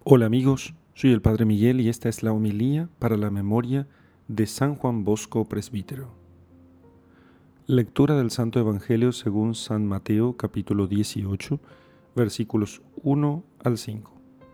Hola amigos, soy el Padre Miguel y esta es la homilía para la memoria de San Juan Bosco Presbítero. Lectura del Santo Evangelio según San Mateo capítulo 18, versículos 1 al 5.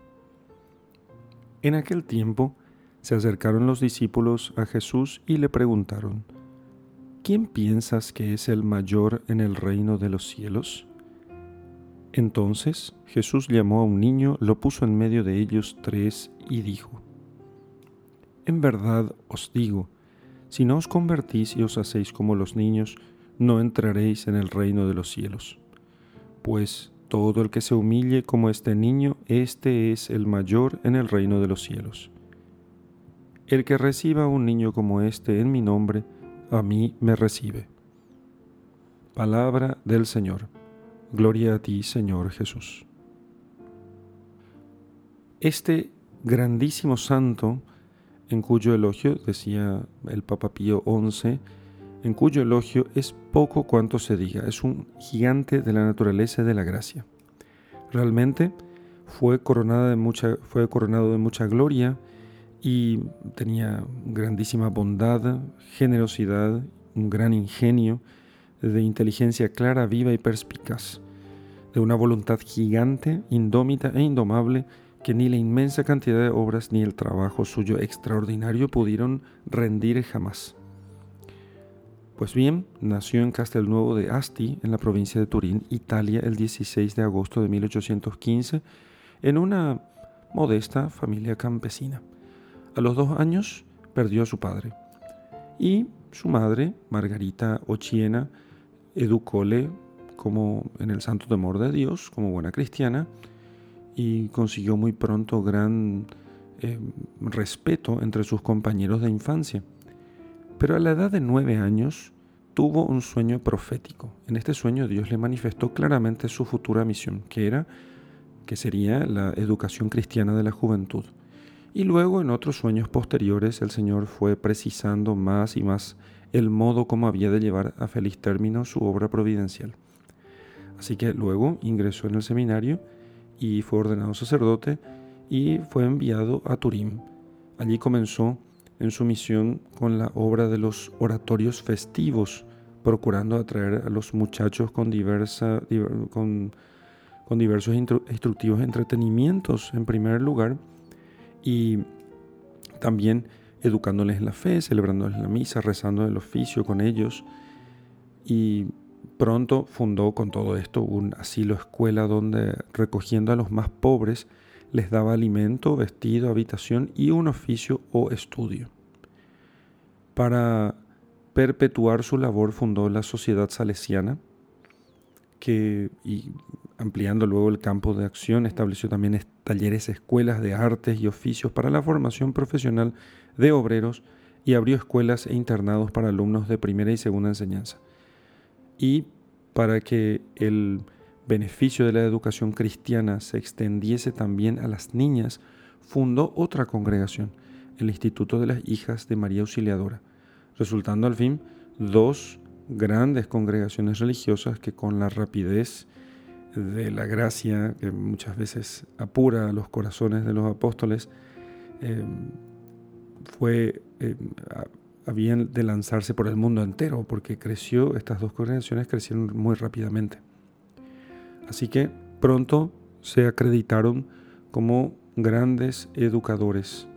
En aquel tiempo se acercaron los discípulos a Jesús y le preguntaron: ¿Quién piensas que es el mayor en el reino de los cielos? Entonces Jesús llamó a un niño, lo puso en medio de ellos tres y dijo: En verdad os digo, si no os convertís y os hacéis como los niños, no entraréis en el reino de los cielos. Pues todo el que se humille como este niño, este es el mayor en el reino de los cielos. El que reciba a un niño como este en mi nombre, a mí me recibe. Palabra del Señor. Gloria a ti, Señor Jesús. Este grandísimo santo, en cuyo elogio, decía el Papa Pío XI, en cuyo elogio es poco cuanto se diga, es un gigante de la naturaleza y de la gracia. Realmente fue coronado de mucha gloria y tenía grandísima bondad, generosidad, un gran ingenio, de inteligencia clara, viva y perspicaz, de una voluntad gigante, indómita e indomable, que ni la inmensa cantidad de obras ni el trabajo suyo extraordinario pudieron rendir jamás. Pues bien, nació en Castelnuovo de Asti, en la provincia de Turín, Italia, el 16 de agosto de 1815, en una modesta familia campesina. A los 2 años perdió a su padre y su madre, Margarita Occhiena, educóle como en el santo temor de Dios, como buena cristiana, y consiguió muy pronto gran respeto entre sus compañeros de infancia. Pero a la edad de 9 años tuvo un sueño profético. En este sueño Dios le manifestó claramente su futura misión, que sería la educación cristiana de la juventud. Y luego en otros sueños posteriores el Señor fue precisando más y más el modo como había de llevar a feliz término su obra providencial. Así que luego ingresó en el seminario y fue ordenado sacerdote y fue enviado a Turín. Allí comenzó en su misión con la obra de los oratorios festivos, procurando atraer a los muchachos con diversos instructivos entretenimientos en primer lugar, y también educándoles en la fe, celebrándoles la misa, rezando el oficio con ellos. Y pronto fundó con todo esto un asilo escuela donde, recogiendo a los más pobres, les daba alimento, vestido, habitación y un oficio o estudio. Para perpetuar su labor fundó la Sociedad Salesiana, y ampliando luego el campo de acción, estableció también talleres, escuelas de artes y oficios para la formación profesional de obreros y abrió escuelas e internados para alumnos de primera y segunda enseñanza. Y para que el beneficio de la educación cristiana se extendiese también a las niñas, fundó otra congregación, el Instituto de las Hijas de María Auxiliadora, resultando al fin 2 grandes congregaciones religiosas que, con la rapidez de la gracia que muchas veces apura los corazones de los apóstoles, habían de lanzarse por el mundo entero, porque estas 2 congregaciones crecieron muy rápidamente. Así que pronto se acreditaron como grandes educadores,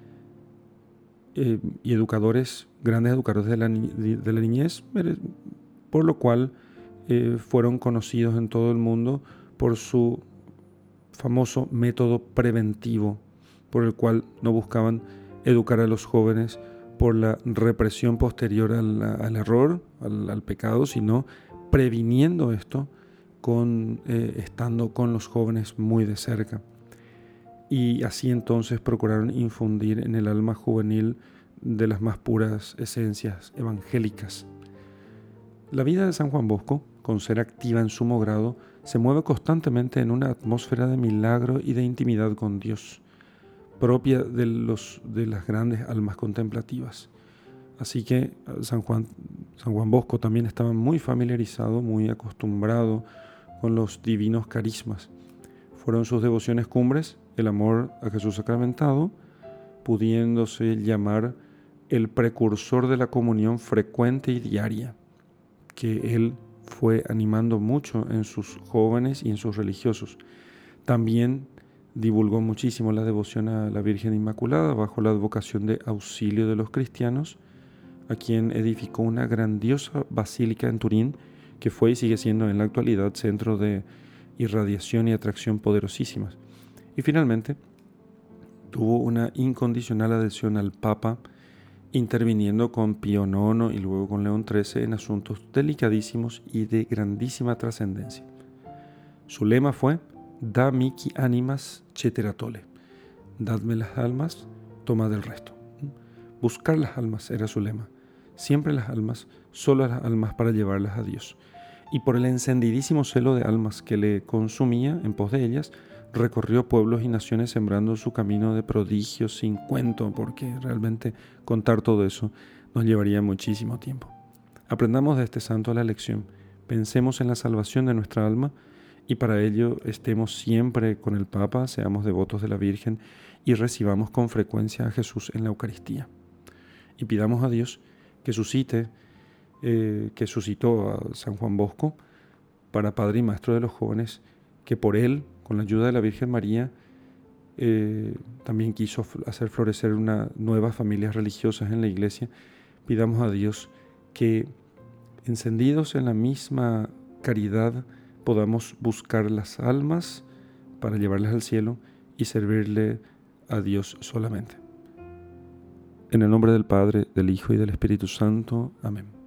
grandes educadores de la niñez, por lo cual fueron conocidos en todo el mundo por su famoso método preventivo, por el cual no buscaban educar a los jóvenes por la represión posterior al error, al pecado, sino previniendo esto estando con los jóvenes muy de cerca. Y así entonces procuraron infundir en el alma juvenil de las más puras esencias evangélicas. La vida de San Juan Bosco, con ser activa en sumo grado, se mueve constantemente en una atmósfera de milagro y de intimidad con Dios, propia de las grandes almas contemplativas. Así que San Juan Bosco también estaba muy familiarizado, muy acostumbrado con los divinos carismas. Fueron sus devociones cumbres el amor a Jesús sacramentado, pudiéndose llamar el precursor de la comunión frecuente y diaria, que él fue animando mucho en sus jóvenes y en sus religiosos. También divulgó muchísimo la devoción a la Virgen Inmaculada bajo la advocación de auxilio de los cristianos, a quien edificó una grandiosa basílica en Turín, que fue y sigue siendo en la actualidad centro de irradiación y atracción poderosísimas. Y finalmente, tuvo una incondicional adhesión al Papa, interviniendo con Pío IX y luego con León XIII en asuntos delicadísimos y de grandísima trascendencia. Su lema fue Da mihi animas cetera tole. Dadme las almas, tomad el resto. Buscar las almas era su lema. Siempre las almas, solo las almas para llevarlas a Dios. Y por el encendidísimo celo de almas que le consumía en pos de ellas, recorrió pueblos y naciones sembrando su camino de prodigios sin cuento, porque realmente contar todo eso nos llevaría muchísimo tiempo. Aprendamos de este santo la lección, pensemos en la salvación de nuestra alma, y para ello estemos siempre con el Papa, seamos devotos de la Virgen y recibamos con frecuencia a Jesús en la Eucaristía. Y pidamos a Dios que suscitó a San Juan Bosco para padre y maestro de los jóvenes, que por él, con la ayuda de la Virgen María, también quiso hacer florecer nuevas familias religiosas en la Iglesia. Pidamos a Dios que, encendidos en la misma caridad, podamos buscar las almas para llevarlas al cielo y servirle a Dios solamente. En el nombre del Padre, del Hijo y del Espíritu Santo. Amén.